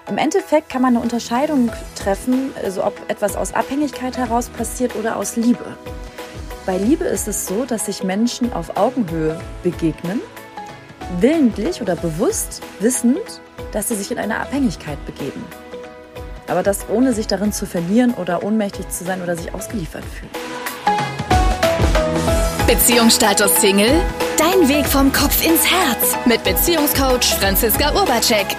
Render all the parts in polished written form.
Im Endeffekt kann man eine Unterscheidung treffen, also ob etwas aus Abhängigkeit heraus passiert oder aus Liebe. Bei Liebe ist es so, dass sich Menschen auf Augenhöhe begegnen, willentlich oder bewusst wissend, dass sie sich in eine Abhängigkeit begeben. Aber das ohne sich darin zu verlieren oder ohnmächtig zu sein oder sich ausgeliefert fühlen. Beziehungsstatus Single? Dein Weg vom Kopf ins Herz mit Beziehungscoach Franziska Urbacek.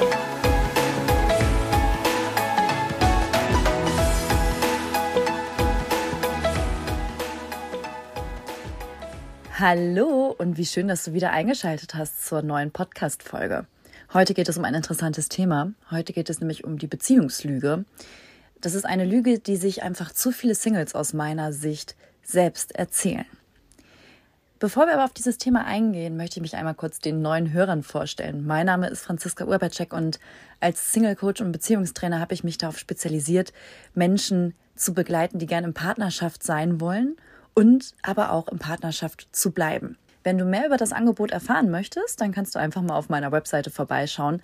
Hallo und wie schön, dass du wieder eingeschaltet hast zur neuen Podcast-Folge. Heute geht es um ein interessantes Thema. Heute geht es nämlich um die Beziehungslüge. Das ist eine Lüge, die sich einfach zu viele Singles aus meiner Sicht selbst erzählen. Bevor wir aber auf dieses Thema eingehen, möchte ich mich einmal kurz den neuen Hörern vorstellen. Mein Name ist Franziska Urbacek und als Single-Coach und Beziehungstrainer habe ich mich darauf spezialisiert, Menschen zu begleiten, die gerne in Partnerschaft sein wollen und aber auch in Partnerschaft zu bleiben. Wenn du mehr über das Angebot erfahren möchtest, dann kannst du einfach mal auf meiner Webseite vorbeischauen,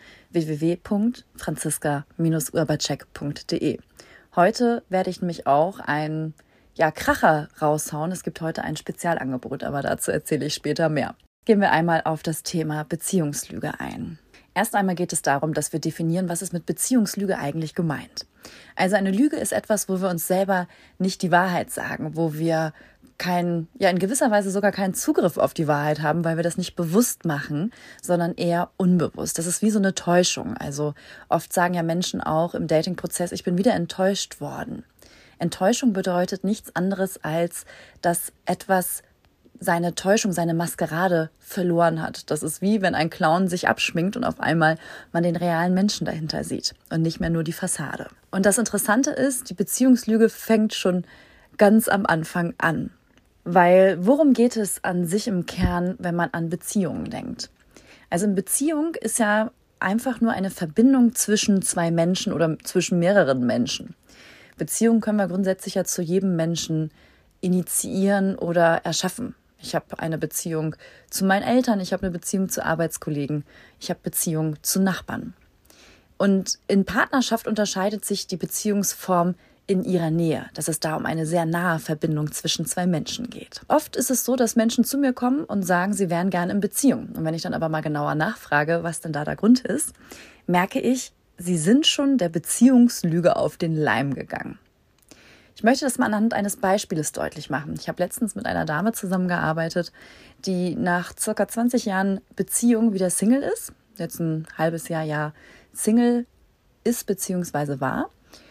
www.franziska-urbacek.de. Heute werde ich nämlich auch ein Kracher raushauen. Es gibt heute ein Spezialangebot, aber dazu erzähle ich später mehr. Gehen wir einmal auf das Thema Beziehungslüge ein. Erst einmal geht es darum, dass wir definieren, was ist mit Beziehungslüge eigentlich gemeint. Also eine Lüge ist etwas, wo wir uns selber nicht die Wahrheit sagen, wo wir in gewisser Weise sogar keinen Zugriff auf die Wahrheit haben, weil wir das nicht bewusst machen, sondern eher unbewusst. Das ist wie so eine Täuschung. Also oft sagen ja Menschen auch im Datingprozess, ich bin wieder enttäuscht worden. Enttäuschung bedeutet nichts anderes, als dass etwas seine Täuschung, seine Maskerade verloren hat. Das ist wie, wenn ein Clown sich abschminkt und auf einmal man den realen Menschen dahinter sieht und nicht mehr nur die Fassade. Und das Interessante ist, die Beziehungslüge fängt schon ganz am Anfang an. Weil worum geht es an sich im Kern, wenn man an Beziehungen denkt? Also eine Beziehung ist ja einfach nur eine Verbindung zwischen zwei Menschen oder zwischen mehreren Menschen. Beziehungen können wir grundsätzlich ja zu jedem Menschen initiieren oder erschaffen. Ich habe eine Beziehung zu meinen Eltern, ich habe eine Beziehung zu Arbeitskollegen, ich habe Beziehungen zu Nachbarn. Und in Partnerschaft unterscheidet sich die Beziehungsform in ihrer Nähe, dass es da um eine sehr nahe Verbindung zwischen zwei Menschen geht. Oft ist es so, dass Menschen zu mir kommen und sagen, sie wären gerne in Beziehung. Und wenn ich dann aber mal genauer nachfrage, was denn da der Grund ist, merke ich, sie sind schon der Beziehungslüge auf den Leim gegangen. Ich möchte das mal anhand eines Beispieles deutlich machen. Ich habe letztens mit einer Dame zusammengearbeitet, die nach circa 20 Jahren Beziehung wieder Single ist, jetzt ein halbes Jahr Single ist bzw. war.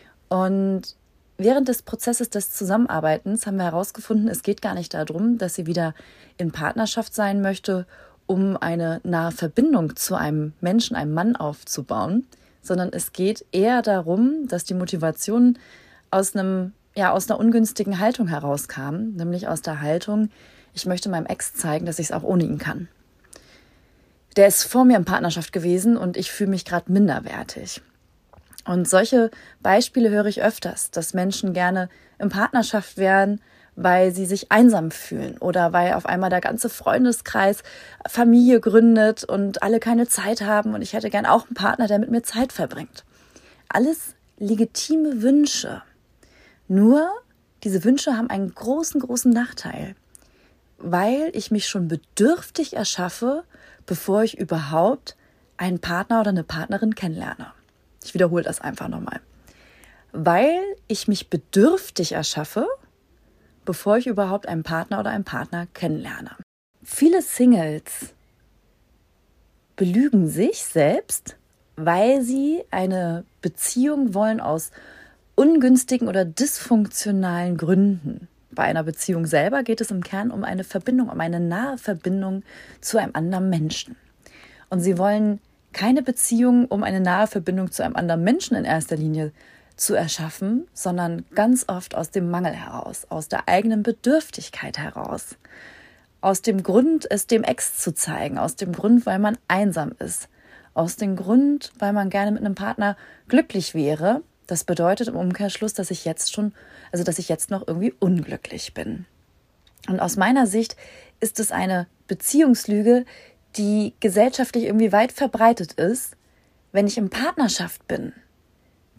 Und während des Prozesses des Zusammenarbeitens haben wir herausgefunden, es geht gar nicht darum, dass sie wieder in Partnerschaft sein möchte, um eine nahe Verbindung zu einem Menschen, einem Mann aufzubauen, sondern es geht eher darum, dass die Motivation aus einer ungünstigen Haltung herauskam, nämlich aus der Haltung, ich möchte meinem Ex zeigen, dass ich es auch ohne ihn kann. Der ist vor mir in Partnerschaft gewesen und ich fühle mich gerade minderwertig. Und solche Beispiele höre ich öfters, dass Menschen gerne in Partnerschaft wären, weil sie sich einsam fühlen oder weil auf einmal der ganze Freundeskreis Familie gründet und alle keine Zeit haben und ich hätte gern auch einen Partner, der mit mir Zeit verbringt. Alles legitime Wünsche. Nur diese Wünsche haben einen großen, großen Nachteil, weil ich mich schon bedürftig erschaffe, bevor ich überhaupt einen Partner oder eine Partnerin kennenlerne. Ich wiederhole das einfach nochmal. Weil ich mich bedürftig erschaffe, bevor ich überhaupt einen Partner oder einen Partner kennenlerne. Viele Singles belügen sich selbst, weil sie eine Beziehung wollen aus ungünstigen oder dysfunktionalen Gründen. Bei einer Beziehung selber geht es im Kern um eine Verbindung, um eine nahe Verbindung zu einem anderen Menschen. Und sie wollen keine Beziehung, um eine nahe Verbindung zu einem anderen Menschen in erster Linie zu erschaffen, sondern ganz oft aus dem Mangel heraus, aus der eigenen Bedürftigkeit heraus. Aus dem Grund, es dem Ex zu zeigen, aus dem Grund, weil man einsam ist, aus dem Grund, weil man gerne mit einem Partner glücklich wäre. Das bedeutet im Umkehrschluss, dass ich jetzt noch irgendwie unglücklich bin. Und aus meiner Sicht ist es eine Beziehungslüge, die gesellschaftlich irgendwie weit verbreitet ist. Wenn ich in Partnerschaft bin,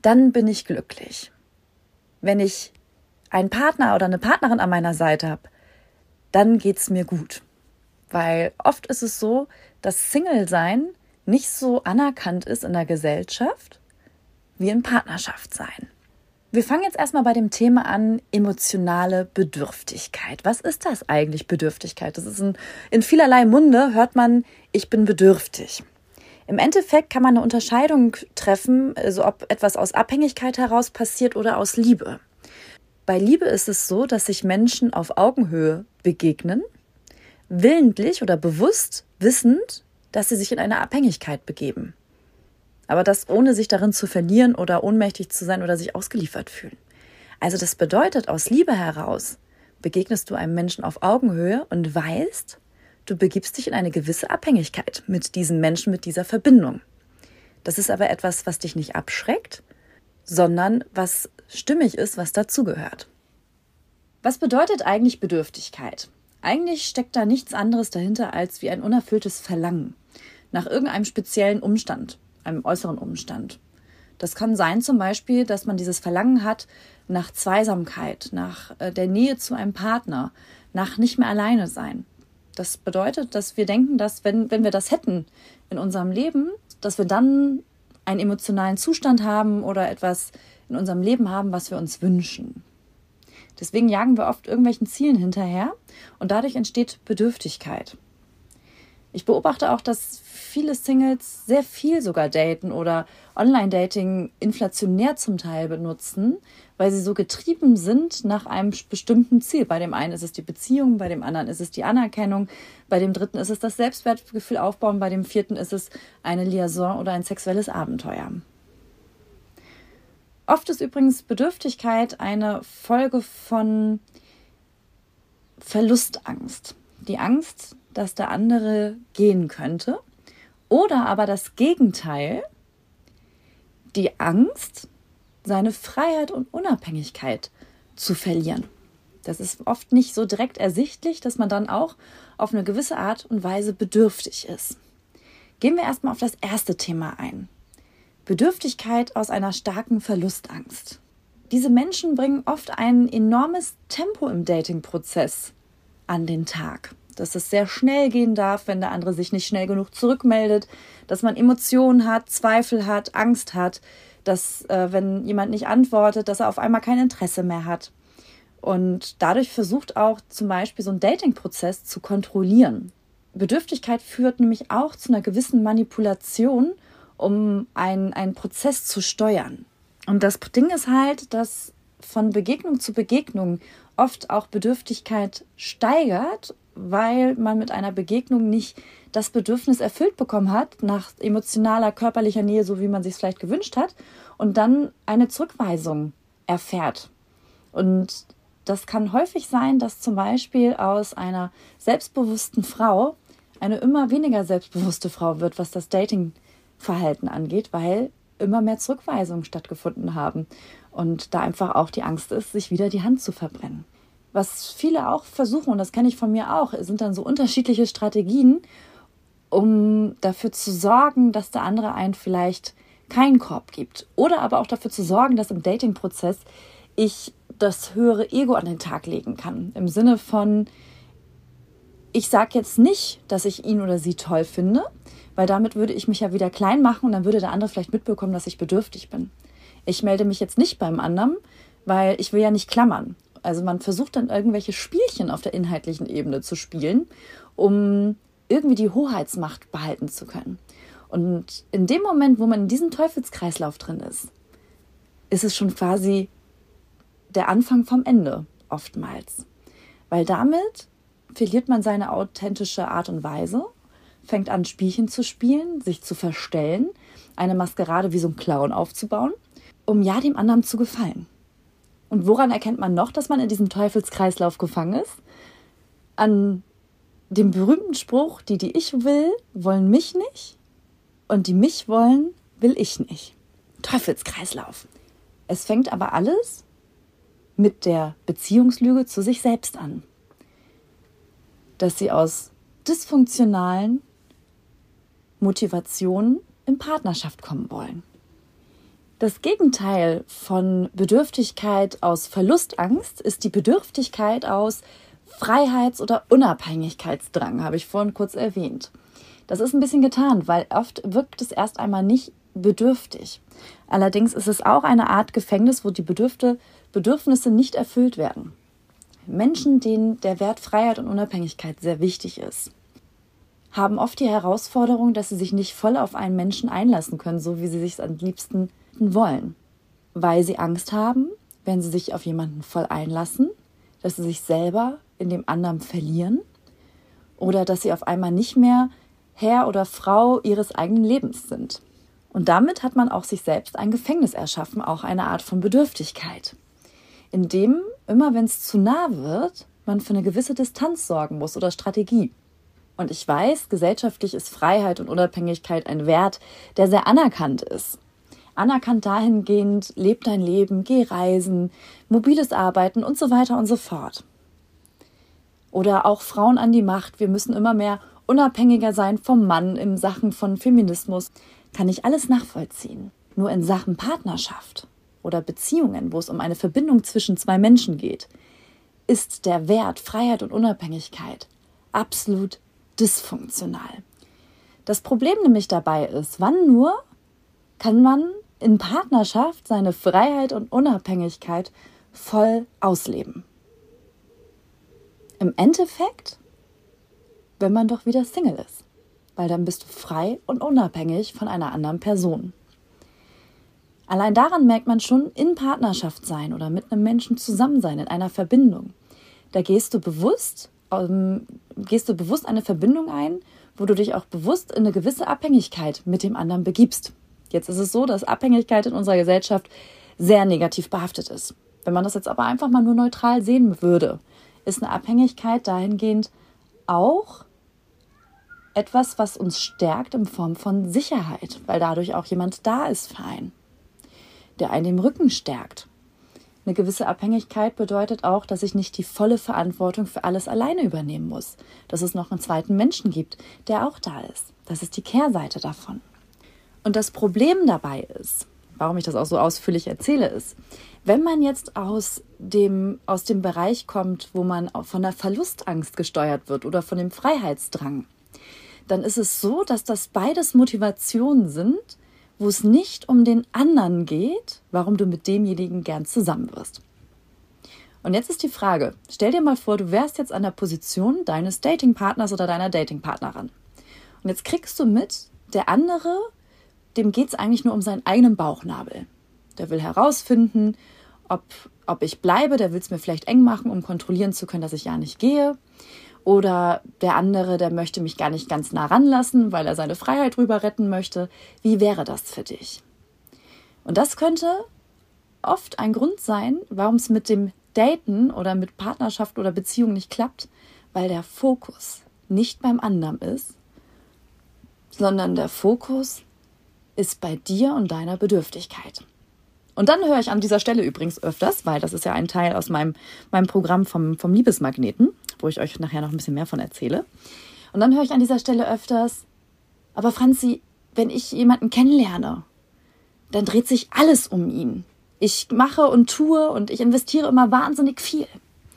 dann bin ich glücklich. Wenn ich einen Partner oder eine Partnerin an meiner Seite habe, dann geht's mir gut. Weil oft ist es so, dass Single-Sein nicht so anerkannt ist in der Gesellschaft wie in Partnerschaft sein. Wir fangen jetzt erstmal bei dem Thema an, emotionale Bedürftigkeit. Was ist das eigentlich, Bedürftigkeit? Das ist in vielerlei Munde hört man, ich bin bedürftig. Im Endeffekt kann man eine Unterscheidung treffen, also ob etwas aus Abhängigkeit heraus passiert oder aus Liebe. Bei Liebe ist es so, dass sich Menschen auf Augenhöhe begegnen, willentlich oder bewusst wissend, dass sie sich in eine Abhängigkeit begeben. Aber das ohne sich darin zu verlieren oder ohnmächtig zu sein oder sich ausgeliefert fühlen. Also das bedeutet, aus Liebe heraus begegnest du einem Menschen auf Augenhöhe und weißt, du begibst dich in eine gewisse Abhängigkeit mit diesem Menschen, mit dieser Verbindung. Das ist aber etwas, was dich nicht abschreckt, sondern was stimmig ist, was dazugehört. Was bedeutet eigentlich Bedürftigkeit? Eigentlich steckt da nichts anderes dahinter als wie ein unerfülltes Verlangen nach irgendeinem speziellen Umstand, einem äußeren Umstand. Das kann sein zum Beispiel, dass man dieses Verlangen hat nach Zweisamkeit, nach der Nähe zu einem Partner, nach nicht mehr alleine sein. Das bedeutet, dass wir denken, dass wenn wir das hätten in unserem Leben, dass wir dann einen emotionalen Zustand haben oder etwas in unserem Leben haben, was wir uns wünschen. Deswegen jagen wir oft irgendwelchen Zielen hinterher und dadurch entsteht Bedürftigkeit. Ich beobachte auch, dass viele Singles sehr viel sogar daten oder Online-Dating inflationär zum Teil benutzen, weil sie so getrieben sind nach einem bestimmten Ziel. Bei dem einen ist es die Beziehung, bei dem anderen ist es die Anerkennung, bei dem dritten ist es das Selbstwertgefühl aufbauen, bei dem vierten ist es eine Liaison oder ein sexuelles Abenteuer. Oft ist übrigens Bedürftigkeit eine Folge von Verlustangst. Die Angst, dass der andere gehen könnte. Oder aber das Gegenteil, die Angst, seine Freiheit und Unabhängigkeit zu verlieren. Das ist oft nicht so direkt ersichtlich, dass man dann auch auf eine gewisse Art und Weise bedürftig ist. Gehen wir erstmal auf das erste Thema ein. Bedürftigkeit aus einer starken Verlustangst. Diese Menschen bringen oft ein enormes Tempo im Dating-Prozess an den Tag. Dass es sehr schnell gehen darf, wenn der andere sich nicht schnell genug zurückmeldet, dass man Emotionen hat, Zweifel hat, Angst hat, dass wenn jemand nicht antwortet, dass er auf einmal kein Interesse mehr hat. Und dadurch versucht auch zum Beispiel so ein Dating-Prozess zu kontrollieren. Bedürftigkeit führt nämlich auch zu einer gewissen Manipulation, um einen Prozess zu steuern. Und das Ding ist halt, dass von Begegnung zu Begegnung oft auch Bedürftigkeit steigert, weil man mit einer Begegnung nicht das Bedürfnis erfüllt bekommen hat nach emotionaler, körperlicher Nähe, so wie man sich es vielleicht gewünscht hat, und dann eine Zurückweisung erfährt. Und das kann häufig sein, dass zum Beispiel aus einer selbstbewussten Frau eine immer weniger selbstbewusste Frau wird, was das Datingverhalten angeht, weil immer mehr Zurückweisungen stattgefunden haben und da einfach auch die Angst ist, sich wieder die Hand zu verbrennen. Was viele auch versuchen, und das kenne ich von mir auch, sind dann so unterschiedliche Strategien, um dafür zu sorgen, dass der andere einen vielleicht keinen Korb gibt. Oder aber auch dafür zu sorgen, dass im Dating-Prozess ich das höhere Ego an den Tag legen kann. Im Sinne von, ich sage jetzt nicht, dass ich ihn oder sie toll finde, weil damit würde ich mich ja wieder klein machen und dann würde der andere vielleicht mitbekommen, dass ich bedürftig bin. Ich melde mich jetzt nicht beim anderen, weil ich will ja nicht klammern. Also man versucht dann irgendwelche Spielchen auf der inhaltlichen Ebene zu spielen, um irgendwie die Hoheitsmacht behalten zu können. Und in dem Moment, wo man in diesem Teufelskreislauf drin ist, ist es schon quasi der Anfang vom Ende oftmals. Weil damit verliert man seine authentische Art und Weise, fängt an, Spielchen zu spielen, sich zu verstellen, eine Maskerade wie so ein Clown aufzubauen, um ja dem anderen zu gefallen. Und woran erkennt man noch, dass man in diesem Teufelskreislauf gefangen ist? An dem berühmten Spruch, die ich will, wollen mich nicht und die mich wollen, will ich nicht. Teufelskreislauf. Es fängt aber alles mit der Beziehungslüge zu sich selbst an. Dass sie aus dysfunktionalen Motivationen in Partnerschaft kommen wollen. Das Gegenteil von Bedürftigkeit aus Verlustangst ist die Bedürftigkeit aus Freiheits- oder Unabhängigkeitsdrang, habe ich vorhin kurz erwähnt. Das ist ein bisschen getan, weil oft wirkt es erst einmal nicht bedürftig. Allerdings ist es auch eine Art Gefängnis, wo die Bedürfnisse nicht erfüllt werden. Menschen, denen der Wert Freiheit und Unabhängigkeit sehr wichtig ist, haben oft die Herausforderung, dass sie sich nicht voll auf einen Menschen einlassen können, so wie sie sich am liebsten wollen. Weil sie Angst haben, wenn sie sich auf jemanden voll einlassen, dass sie sich selber in dem anderen verlieren oder dass sie auf einmal nicht mehr Herr oder Frau ihres eigenen Lebens sind. Und damit hat man auch sich selbst ein Gefängnis erschaffen, auch eine Art von Bedürftigkeit, in dem, immer wenn es zu nah wird, man für eine gewisse Distanz sorgen muss oder Strategie. Und ich weiß, gesellschaftlich ist Freiheit und Unabhängigkeit ein Wert, der sehr anerkannt ist. Anerkannt dahingehend, leb dein Leben, geh reisen, mobiles Arbeiten und so weiter und so fort. Oder auch Frauen an die Macht, wir müssen immer mehr unabhängiger sein vom Mann in Sachen von Feminismus. Kann ich alles nachvollziehen. Nur in Sachen Partnerschaft oder Beziehungen, wo es um eine Verbindung zwischen zwei Menschen geht, ist der Wert Freiheit und Unabhängigkeit absolut dysfunktional. Das Problem nämlich dabei ist, wann nur kann man in Partnerschaft seine Freiheit und Unabhängigkeit voll ausleben. Im Endeffekt, wenn man doch wieder Single ist, weil dann bist du frei und unabhängig von einer anderen Person. Allein daran merkt man schon, in Partnerschaft sein oder mit einem Menschen zusammen sein, in einer Verbindung. Da gehst du bewusst eine Verbindung ein, wo du dich auch bewusst in eine gewisse Abhängigkeit mit dem anderen begibst. Jetzt ist es so, dass Abhängigkeit in unserer Gesellschaft sehr negativ behaftet ist. Wenn man das jetzt aber einfach mal nur neutral sehen würde, ist eine Abhängigkeit dahingehend auch etwas, was uns stärkt in Form von Sicherheit, weil dadurch auch jemand da ist für einen, der einen im Rücken stärkt. Eine gewisse Abhängigkeit bedeutet auch, dass ich nicht die volle Verantwortung für alles alleine übernehmen muss. Dass es noch einen zweiten Menschen gibt, der auch da ist. Das ist die Kehrseite davon. Und das Problem dabei ist, warum ich das auch so ausführlich erzähle, ist, wenn man jetzt aus dem Bereich kommt, wo man von der Verlustangst gesteuert wird oder von dem Freiheitsdrang, dann ist es so, dass das beides Motivationen sind, wo es nicht um den anderen geht, warum du mit demjenigen gern zusammen wirst. Und jetzt ist die Frage, stell dir mal vor, du wärst jetzt an der Position deines Datingpartners oder deiner Datingpartnerin. Und jetzt kriegst du mit, der andere, dem geht es eigentlich nur um seinen eigenen Bauchnabel. Der will herausfinden, ob ich bleibe, der will es mir vielleicht eng machen, um kontrollieren zu können, dass ich ja nicht gehe. Oder der andere, der möchte mich gar nicht ganz nah ranlassen, weil er seine Freiheit drüber retten möchte. Wie wäre das für dich? Und das könnte oft ein Grund sein, warum es mit dem Daten oder mit Partnerschaft oder Beziehung nicht klappt, weil der Fokus nicht beim anderen ist, sondern der Fokus ist bei dir und deiner Bedürftigkeit. Und dann höre ich an dieser Stelle übrigens öfters, weil das ist ja ein Teil aus meinem Programm vom Liebesmagneten, wo ich euch nachher noch ein bisschen mehr von erzähle. Und dann höre ich an dieser Stelle öfters, aber Franzi, wenn ich jemanden kennenlerne, dann dreht sich alles um ihn. Ich mache und tue und ich investiere immer wahnsinnig viel.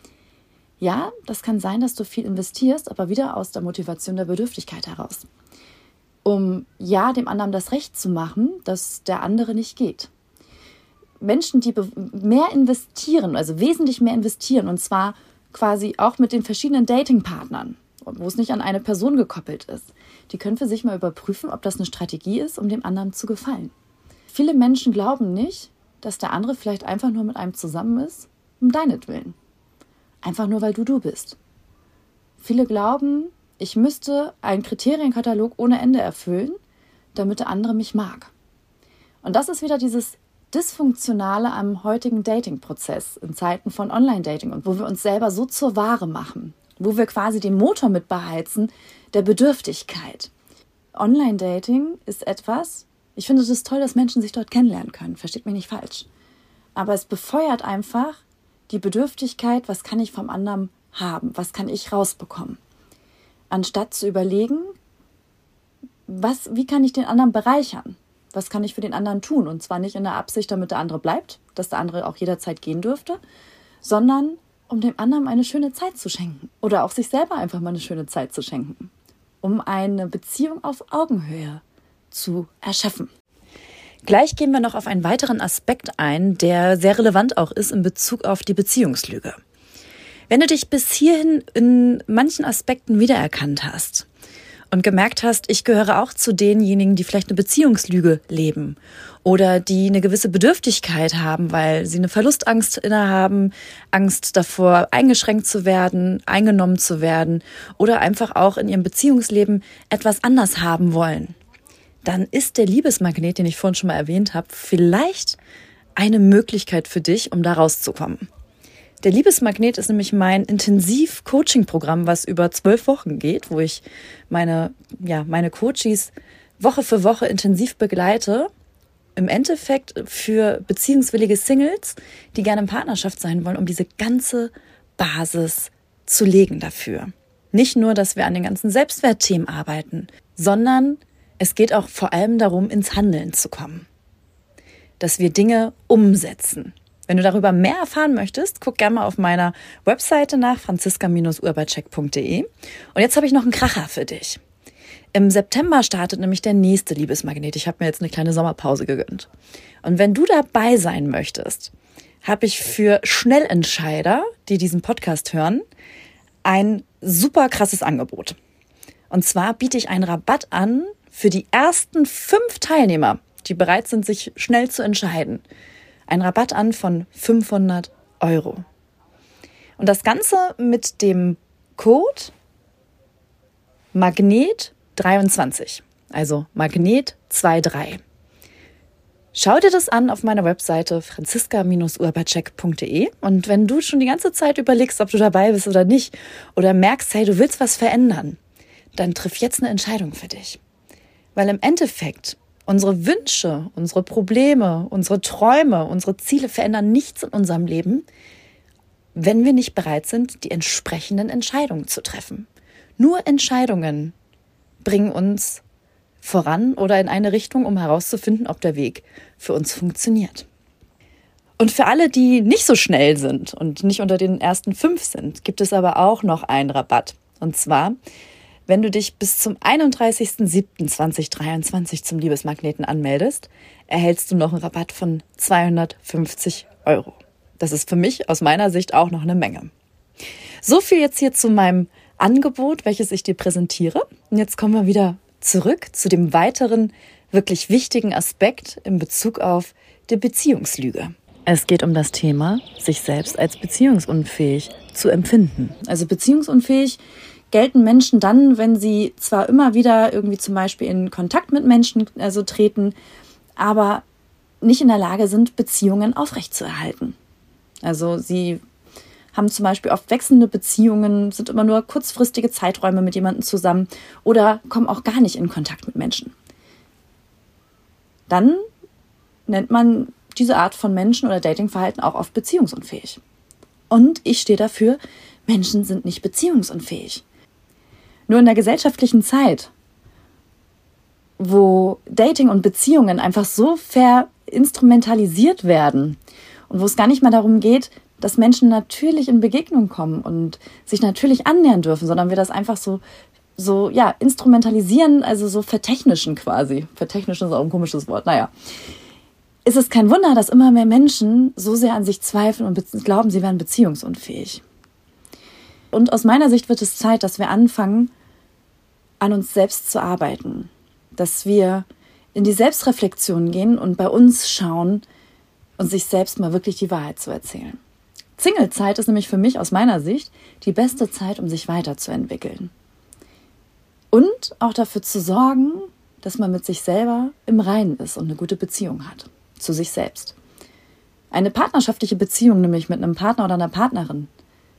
Ja, das kann sein, dass du viel investierst, aber wieder aus der Motivation der Bedürftigkeit heraus. Um ja dem anderen das Recht zu machen, dass der andere nicht geht. Menschen, die mehr investieren, also wesentlich mehr investieren, und zwar quasi auch mit den verschiedenen Datingpartnern, wo es nicht an eine Person gekoppelt ist, die können für sich mal überprüfen, ob das eine Strategie ist, um dem anderen zu gefallen. Viele Menschen glauben nicht, dass der andere vielleicht einfach nur mit einem zusammen ist, um deinetwillen. Einfach nur, weil du bist. Viele glauben, ich müsste einen Kriterienkatalog ohne Ende erfüllen, damit der andere mich mag. Und das ist wieder dieses Dysfunktionale am heutigen Dating-Prozess in Zeiten von Online-Dating und wo wir uns selber so zur Ware machen, wo wir quasi den Motor mit beheizen der Bedürftigkeit. Online-Dating ist etwas, ich finde es toll, dass Menschen sich dort kennenlernen können, versteht mich nicht falsch. Aber es befeuert einfach die Bedürftigkeit, was kann ich vom anderen haben, was kann ich rausbekommen. Anstatt zu überlegen, wie kann ich den anderen bereichern? was kann ich für den anderen tun? Und zwar nicht in der Absicht, damit der andere bleibt, dass der andere auch jederzeit gehen dürfte, sondern um dem anderen eine schöne Zeit zu schenken. Oder auch sich selber einfach mal eine schöne Zeit zu schenken. Um eine Beziehung auf Augenhöhe zu erschaffen. Gleich gehen wir noch auf einen weiteren Aspekt ein, der sehr relevant auch ist in Bezug auf die Beziehungslüge. Wenn du dich bis hierhin in manchen Aspekten wiedererkannt hast und gemerkt hast, ich gehöre auch zu denjenigen, die vielleicht eine Beziehungslüge leben oder die eine gewisse Bedürftigkeit haben, weil sie eine Verlustangst innehaben, Angst davor, eingeschränkt zu werden, eingenommen zu werden oder einfach auch in ihrem Beziehungsleben etwas anders haben wollen, dann ist der Liebesmagnet, den ich vorhin schon mal erwähnt habe, vielleicht eine Möglichkeit für dich, um da rauszukommen. Der Liebesmagnet ist nämlich mein Intensiv-Coaching-Programm, was über 12 Wochen geht, wo ich meine Coaches Woche für Woche intensiv begleite. Im Endeffekt für beziehungswillige Singles, die gerne in Partnerschaft sein wollen, um diese ganze Basis zu legen dafür. Nicht nur, dass wir an den ganzen Selbstwertthemen arbeiten, sondern es geht auch vor allem darum, ins Handeln zu kommen. Dass wir Dinge umsetzen. Wenn du darüber mehr erfahren möchtest, guck gerne mal auf meiner Webseite nach, franziska-urbacek.de. Und jetzt habe ich noch einen Kracher für dich. Im September startet nämlich der nächste Liebesmagnet. Ich habe mir jetzt eine kleine Sommerpause gegönnt. Und wenn du dabei sein möchtest, habe ich für Schnellentscheider, die diesen Podcast hören, ein super krasses Angebot. Und zwar biete ich einen Rabatt an für die ersten 5 Teilnehmer, die bereit sind, sich schnell zu entscheiden. Ein Rabatt an von 500 €. Und das Ganze mit dem Code Magnet23, also Magnet23. Schau dir das an auf meiner Webseite franziska-urbacek.de und wenn du schon die ganze Zeit überlegst, ob du dabei bist oder nicht oder merkst, hey, du willst was verändern, dann triff jetzt eine Entscheidung für dich. Weil im Endeffekt unsere Wünsche, unsere Probleme, unsere Träume, unsere Ziele verändern nichts in unserem Leben, wenn wir nicht bereit sind, die entsprechenden Entscheidungen zu treffen. Nur Entscheidungen bringen uns voran oder in eine Richtung, um herauszufinden, ob der Weg für uns funktioniert. Und für alle, die nicht so schnell sind und nicht unter den ersten 5 sind, gibt es aber auch noch einen Rabatt. Und zwar, wenn du dich bis zum 31.07.2023 zum Liebesmagneten anmeldest, erhältst du noch einen Rabatt von 250 €. Das ist für mich aus meiner Sicht auch noch eine Menge. So viel jetzt hier zu meinem Angebot, welches ich dir präsentiere. Und jetzt kommen wir wieder zurück zu dem weiteren, wirklich wichtigen Aspekt in Bezug auf die Beziehungslüge. Es geht um das Thema, sich selbst als beziehungsunfähig zu empfinden. Also beziehungsunfähig gelten Menschen dann, wenn sie zwar immer wieder irgendwie zum Beispiel in Kontakt mit Menschen treten, aber nicht in der Lage sind, Beziehungen aufrechtzuerhalten. Also sie haben zum Beispiel oft wechselnde Beziehungen, sind immer nur kurzfristige Zeiträume mit jemandem zusammen oder kommen auch gar nicht in Kontakt mit Menschen. Dann nennt man diese Art von Menschen oder Datingverhalten auch oft beziehungsunfähig. Und ich stehe dafür, Menschen sind nicht beziehungsunfähig. Nur in der gesellschaftlichen Zeit, wo Dating und Beziehungen einfach so verinstrumentalisiert werden und wo es gar nicht mehr darum geht, dass Menschen natürlich in Begegnung kommen und sich natürlich annähern dürfen, sondern wir das einfach so instrumentalisieren, also so vertechnischen quasi. Vertechnischen ist auch ein komisches Wort, ist es kein Wunder, dass immer mehr Menschen so sehr an sich zweifeln und glauben, sie wären beziehungsunfähig. Und aus meiner Sicht wird es Zeit, dass wir anfangen, an uns selbst zu arbeiten. Dass wir in die Selbstreflexion gehen und bei uns schauen und sich selbst mal wirklich die Wahrheit zu erzählen. Singlezeit ist nämlich für mich aus meiner Sicht die beste Zeit, um sich weiterzuentwickeln. Und auch dafür zu sorgen, dass man mit sich selber im Reinen ist und eine gute Beziehung hat zu sich selbst. Eine partnerschaftliche Beziehung, nämlich mit einem Partner oder einer Partnerin,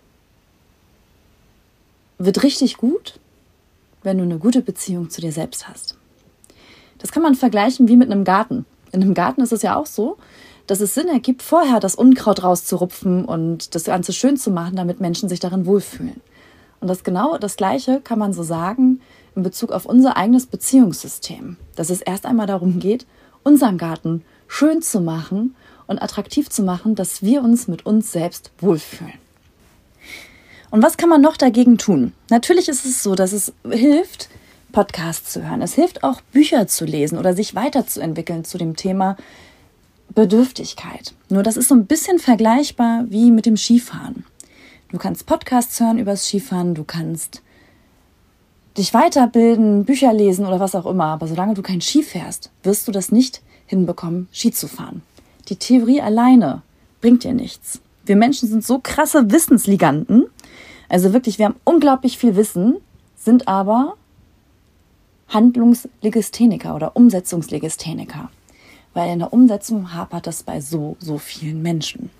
wird richtig gut, wenn du eine gute Beziehung zu dir selbst hast. Das kann man vergleichen wie mit einem Garten. In einem Garten ist es ja auch so, dass es Sinn ergibt, vorher das Unkraut rauszurupfen und das Ganze schön zu machen, damit Menschen sich darin wohlfühlen. Und das Gleiche kann man so sagen in Bezug auf unser eigenes Beziehungssystem. Dass es erst einmal darum geht, unseren Garten schön zu machen und attraktiv zu machen, dass wir uns mit uns selbst wohlfühlen. Und was kann man noch dagegen tun? Natürlich ist es so, dass es hilft, Podcasts zu hören. Es hilft auch, Bücher zu lesen oder sich weiterzuentwickeln zu dem Thema Bedürftigkeit. Nur das ist so ein bisschen vergleichbar wie mit dem Skifahren. Du kannst Podcasts hören übers Skifahren, du kannst dich weiterbilden, Bücher lesen oder was auch immer. Aber solange du kein Ski fährst, wirst du das nicht hinbekommen, Ski zu fahren. Die Theorie alleine bringt dir nichts. Wir Menschen sind so krasse Wissensliganten. Also wirklich, wir haben unglaublich viel Wissen, sind aber Handlungslegistheniker oder Umsetzungslegistheniker. Weil in der Umsetzung hapert das bei so vielen Menschen.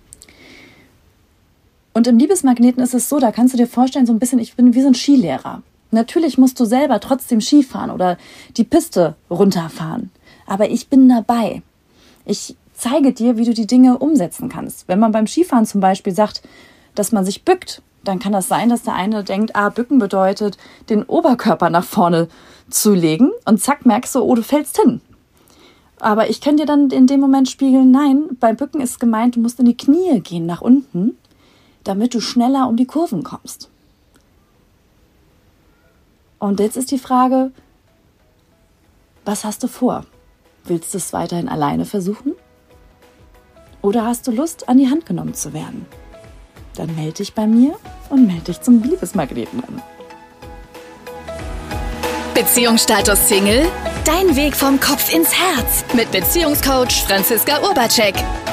Und im Liebesmagneten ist es so, da kannst du dir vorstellen, so ein bisschen, ich bin wie so ein Skilehrer. Natürlich musst du selber trotzdem Ski fahren oder die Piste runterfahren. Aber ich bin dabei. Ich zeige dir, wie du die Dinge umsetzen kannst. Wenn man beim Skifahren zum Beispiel sagt, dass man sich bückt, dann kann das sein, dass der eine denkt, bücken bedeutet, den Oberkörper nach vorne zu legen und zack, merkst du, oh, du fällst hin. Aber ich kann dir dann in dem Moment spiegeln, nein, beim Bücken ist gemeint, du musst in die Knie gehen, nach unten, damit du schneller um die Kurven kommst. Und jetzt ist die Frage, was hast du vor? Willst du es weiterhin alleine versuchen? Oder hast du Lust, an die Hand genommen zu werden? Dann melde dich bei mir und melde dich zum Liebesmagneten an. Beziehungsstatus Single? Dein Weg vom Kopf ins Herz mit Beziehungscoach Franziska Urbacek.